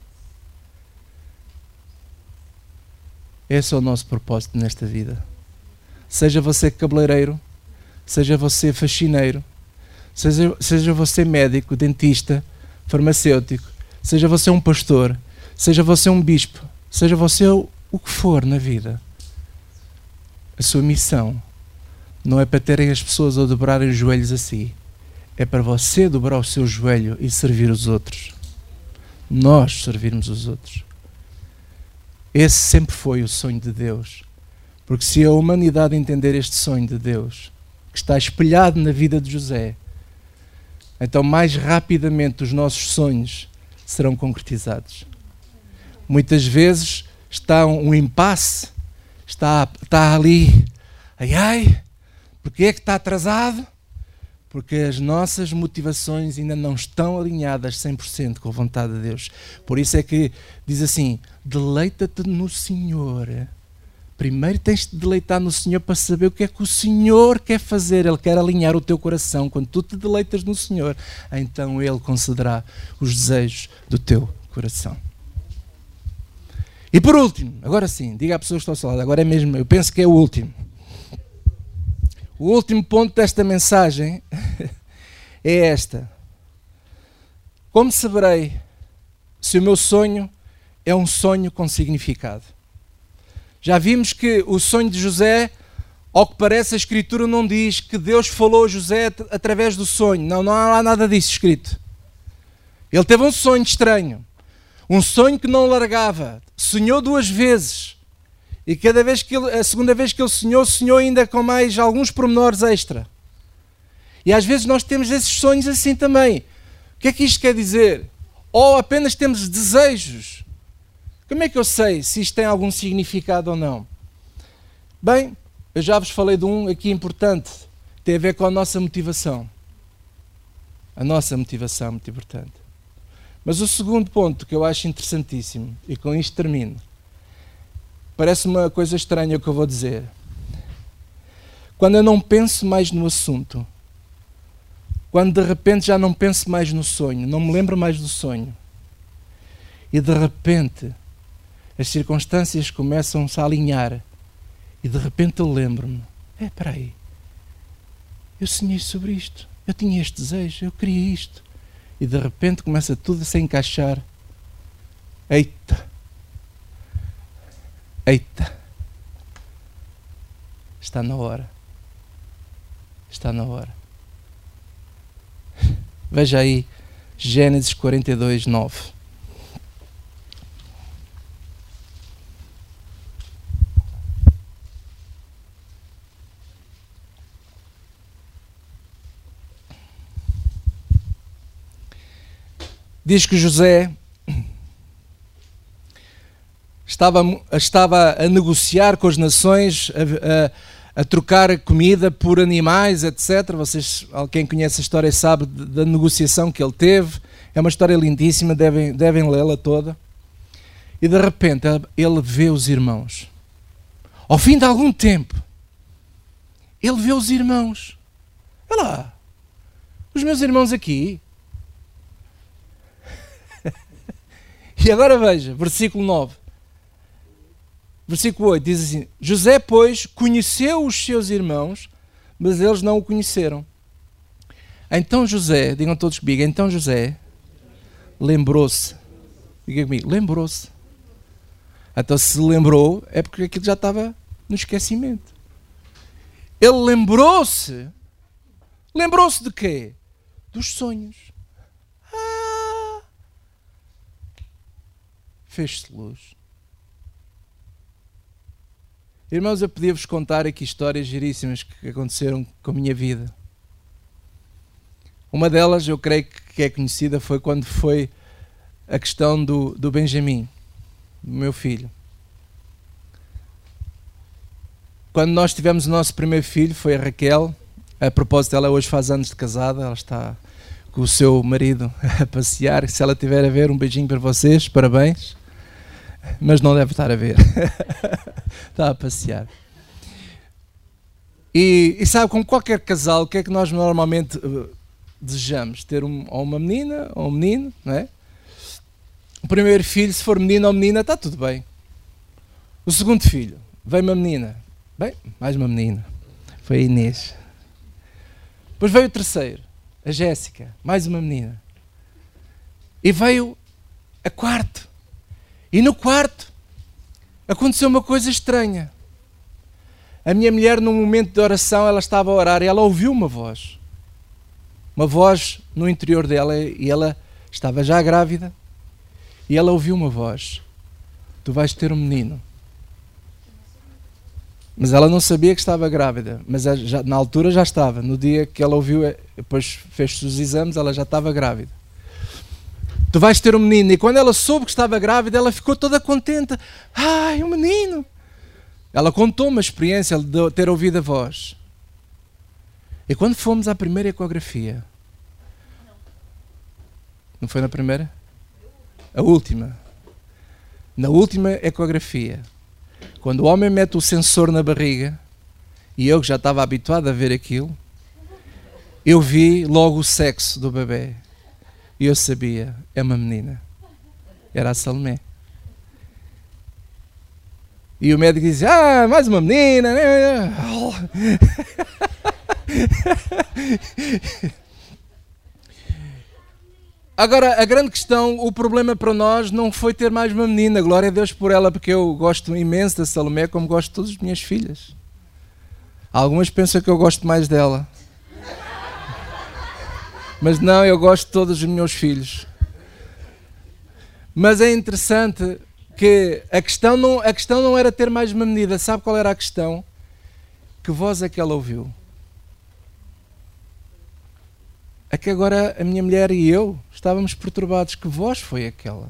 Esse é o nosso propósito nesta vida. Seja você cabeleireiro, seja você faxineiro, seja, seja você médico, dentista, farmacêutico, seja você um pastor, seja você um bispo, seja você o, o que for na vida, a sua missão não é para terem as pessoas a dobrarem os joelhos a si, é para você dobrar o seu joelho e servir os outros. Nós servirmos os outros. Esse sempre foi o sonho de Deus. Porque se a humanidade entender este sonho de Deus, que está espelhado na vida de José, então mais rapidamente os nossos sonhos serão concretizados. Muitas vezes está um impasse, está, está ali, ai ai, porque é que está atrasado? Porque as nossas motivações ainda não estão alinhadas cem por cento com a vontade de Deus. Por isso é que diz assim, deleita-te no Senhor. Primeiro tens de deleitar no Senhor para saber o que é que o Senhor quer fazer. Ele quer alinhar o teu coração. Quando tu te deleitas no Senhor, então Ele concederá os desejos do teu coração. E por último, agora sim, diga à pessoa que está ao seu lado, agora é mesmo, eu penso que é o último. O último ponto desta mensagem é esta. Como saberei se o meu sonho é um sonho com significado? Já vimos que o sonho de José, ao que parece, a Escritura não diz que Deus falou a José através do sonho. Não, não há lá nada disso escrito. Ele teve um sonho estranho. Um sonho que não largava. Sonhou duas vezes. E cada vez que ele, a segunda vez que ele sonhou, sonhou ainda com mais alguns pormenores extra. E às vezes nós temos esses sonhos assim também. O que é que isto quer dizer? Ou apenas temos desejos. Como é que eu sei se isto tem algum significado ou não? Bem, eu já vos falei de um aqui importante, tem a ver com a nossa motivação. A nossa motivação é muito importante. Mas o segundo ponto que eu acho interessantíssimo, e com isto termino, parece uma coisa estranha o que eu vou dizer. Quando eu não penso mais no assunto, quando de repente já não penso mais no sonho, não me lembro mais do sonho, e de repente as circunstâncias começam-se a alinhar, e de repente eu lembro-me, é, espera aí, eu sonhei sobre isto, eu tinha este desejo, eu queria isto, e de repente começa tudo a se encaixar. Eita! Eita! Está na hora. Está na hora. Veja aí, Gênesis quarenta e dois, nove. Diz que José estava, estava a negociar com as nações, a, a, a trocar comida por animais, etcétera. Vocês, quem conhece a história sabe da negociação que ele teve. É uma história lindíssima, devem, devem lê-la toda. E de repente ele vê os irmãos. Ao fim de algum tempo, ele vê os irmãos. Olha lá, os meus irmãos aqui. E agora veja, versículo nove. Versículo oito diz assim: José, pois, conheceu os seus irmãos, mas eles não o conheceram. Então José, digam todos comigo, então José lembrou-se. Diga comigo, lembrou-se. Então se lembrou, é porque aquilo já estava no esquecimento. Ele lembrou-se. Lembrou-se de quê? Dos sonhos. Fez-se luz. Irmãos, eu podia-vos contar aqui histórias giríssimas que aconteceram com a minha vida. Uma delas, eu creio que é conhecida, foi quando foi a questão do, do Benjamin, do meu filho. Quando nós tivemos o nosso primeiro filho, foi a Raquel. A propósito, ela hoje faz anos de casada, ela está com o seu marido a passear. Se ela estiver a ver, um beijinho para vocês, parabéns. Mas não deve estar a ver. Está a passear. E, e sabe, como qualquer casal, o que é que nós normalmente uh, desejamos? Ter um, ou uma menina ou um menino, não é? O primeiro filho, se for menino ou menina, está tudo bem. O segundo filho, veio uma menina. Bem, mais uma menina. Foi a Inês. Depois veio o terceiro, a Jéssica. Mais uma menina. E veio a quarto. E no quarto aconteceu uma coisa estranha. A minha mulher, num momento de oração, ela estava a orar e ela ouviu uma voz. Uma voz no interior dela, e ela estava já grávida. E ela ouviu uma voz. Tu vais ter um menino. Mas ela não sabia que estava grávida. Mas já, na altura já estava. No dia que ela ouviu, depois fez-se os exames, ela já estava grávida. Tu vais ter um menino. E quando ela soube que estava grávida, ela ficou toda contente. Ai, um menino! Ela contou uma experiência de ter ouvido a voz. E quando fomos à primeira ecografia... Não foi na primeira? A última. Na última ecografia, quando o homem mete o sensor na barriga, e eu que já estava habituado a ver aquilo, eu vi logo o sexo do bebê. E eu sabia, é uma menina. Era a Salomé. E o médico dizia, ah, mais uma menina. Agora, a grande questão, o problema para nós não foi ter mais uma menina. Glória a Deus por ela, porque eu gosto imenso da Salomé, como gosto de todas as minhas filhas. Algumas pensam que eu gosto mais dela. Mas não, eu gosto de todos os meus filhos. Mas é interessante que a questão não, a questão não era ter mais uma menina. Sabe qual era a questão? Que voz é que ela ouviu? É que agora a minha mulher e eu estávamos perturbados. Que voz foi aquela?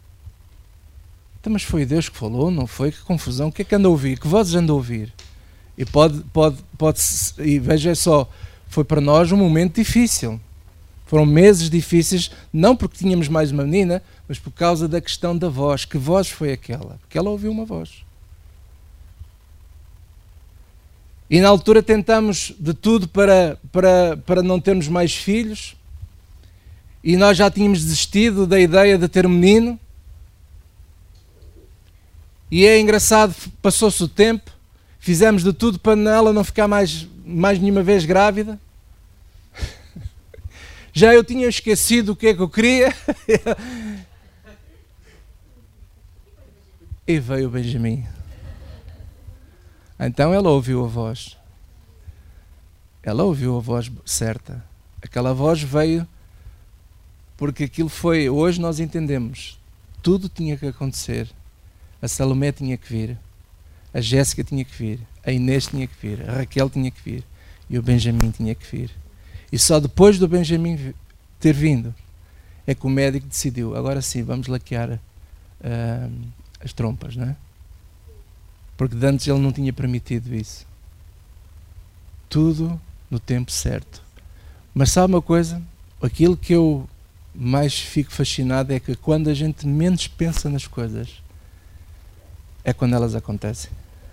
Então, mas foi Deus que falou, não foi? Que confusão. O que é que anda a ouvir? Que vozes anda a ouvir? E pode, pode, pode, e veja só, foi para nós um momento difícil. Foram meses difíceis, não porque tínhamos mais uma menina, mas por causa da questão da voz. Que voz foi aquela? Porque ela ouviu uma voz. E na altura tentamos de tudo para, para, para não termos mais filhos. E nós já tínhamos desistido da ideia de ter um menino. E é engraçado, passou-se o tempo, fizemos de tudo para ela não ficar mais, mais nenhuma vez grávida. Já eu tinha esquecido o que é que eu queria. E veio o Benjamin. Então ela ouviu a voz. Ela ouviu a voz certa. Aquela voz veio porque aquilo foi... Hoje nós entendemos. Tudo tinha que acontecer. A Salomé tinha que vir. A Jéssica tinha que vir. A Inês tinha que vir. A Raquel tinha que vir. E o Benjamin tinha que vir. E só depois do Benjamin ter vindo é que o médico decidiu, agora sim, vamos laquear uh, as trompas, não é? Porque de antes ele não tinha permitido isso. Tudo no tempo certo. Mas sabe uma coisa? Aquilo que eu mais fico fascinado é que quando a gente menos pensa nas coisas, é quando elas acontecem.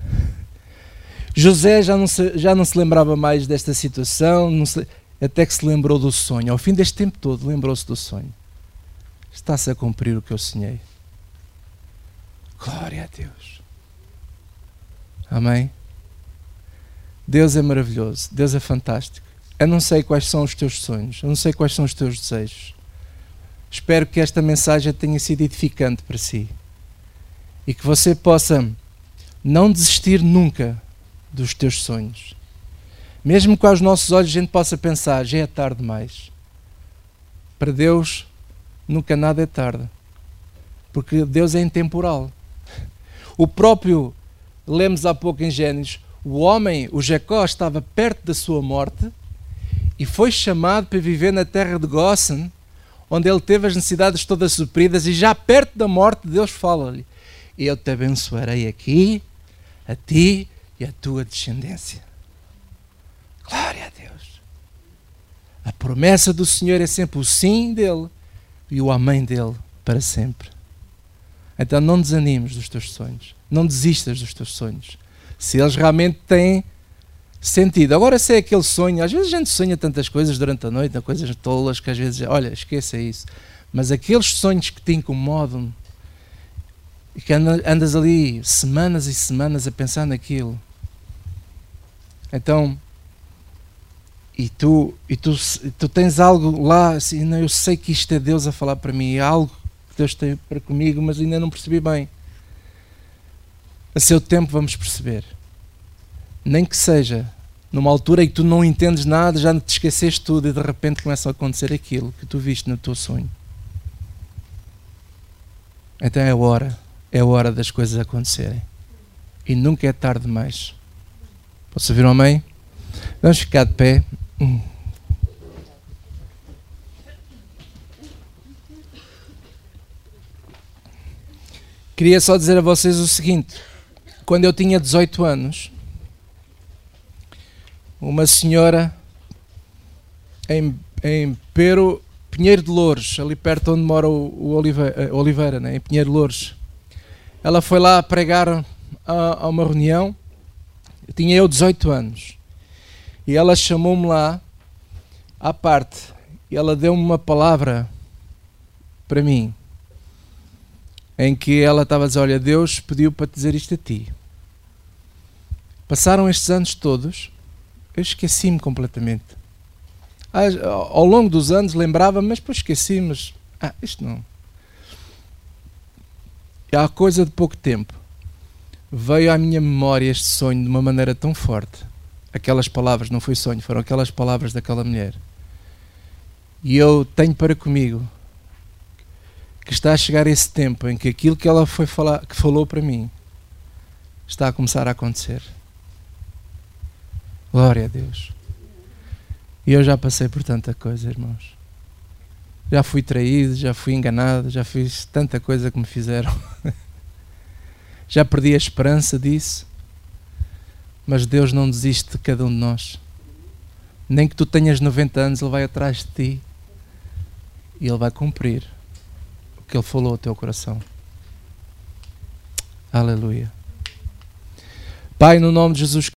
José já não se, já não se lembrava mais desta situação, não se, até que se lembrou do sonho. Ao fim deste tempo todo, lembrou-se do sonho. Está-se a cumprir o que eu sonhei. Glória a Deus. Amém? Deus é maravilhoso. Deus é fantástico. Eu não sei quais são os teus sonhos. Eu não sei quais são os teus desejos. Espero que esta mensagem tenha sido edificante para si. E que você possa não desistir nunca dos teus sonhos. Mesmo que aos nossos olhos a gente possa pensar, já é tarde demais. Para Deus, nunca nada é tarde. Porque Deus é intemporal. O próprio, lemos há pouco em Gênesis, o homem, o Jacó, estava perto da sua morte e foi chamado para viver na terra de Gósen, onde ele teve as necessidades todas supridas, e já perto da morte Deus fala-lhe, eu te abençoarei aqui, a ti e a tua descendência. Glória a Deus. A promessa do Senhor é sempre o sim dele e o amém dele para sempre. Então não desanimes dos teus sonhos. Não desistas dos teus sonhos. Se eles realmente têm sentido. Agora, se é aquele sonho, às vezes a gente sonha tantas coisas durante a noite, coisas tolas que às vezes, olha, esqueça isso. Mas aqueles sonhos que te incomodam e que andas ali semanas e semanas a pensar naquilo. Então, e tu, e tu, tu tens algo lá, assim, não, eu sei que isto é Deus a falar para mim, é algo que Deus tem para comigo, mas ainda não percebi bem. A seu tempo vamos perceber. Nem que seja numa altura em que tu não entendes nada, já te esqueceste tudo e de repente começa a acontecer aquilo que tu viste no teu sonho. Então é a hora, é a hora das coisas acontecerem. E nunca é tarde demais. Posso ouvir um amém? Vamos ficar de pé. Queria só dizer a vocês o seguinte. Quando eu tinha dezoito anos, uma senhora em, em Pero, Pinheiro de Louros, ali perto onde mora o, o Oliveira, Oliveira né? Em Pinheiro de Louros, ela foi lá pregar a, a uma reunião. Tinha eu dezoito anos. E ela chamou-me lá à parte. E ela deu-me uma palavra para mim. Em que ela estava a dizer, olha, Deus pediu para te dizer isto a ti. Passaram estes anos todos, eu esqueci-me completamente. Ao longo dos anos lembrava-me, mas depois esqueci, mas ah, isto não. E há coisa de pouco tempo, veio à minha memória este sonho de uma maneira tão forte. Aquelas palavras, não foi sonho, foram aquelas palavras daquela mulher. E eu tenho para comigo que está a chegar esse tempo em que aquilo que ela foi falar, que falou para mim está a começar a acontecer. Glória a Deus. E eu já passei por tanta coisa, irmãos. Já fui traído, já fui enganado, já fiz tanta coisa que me fizeram. Já perdi a esperança disso. Mas Deus não desiste de cada um de nós. Nem que tu tenhas noventa anos, Ele vai atrás de ti e Ele vai cumprir o que Ele falou ao teu coração. Aleluia. Pai, no nome de Jesus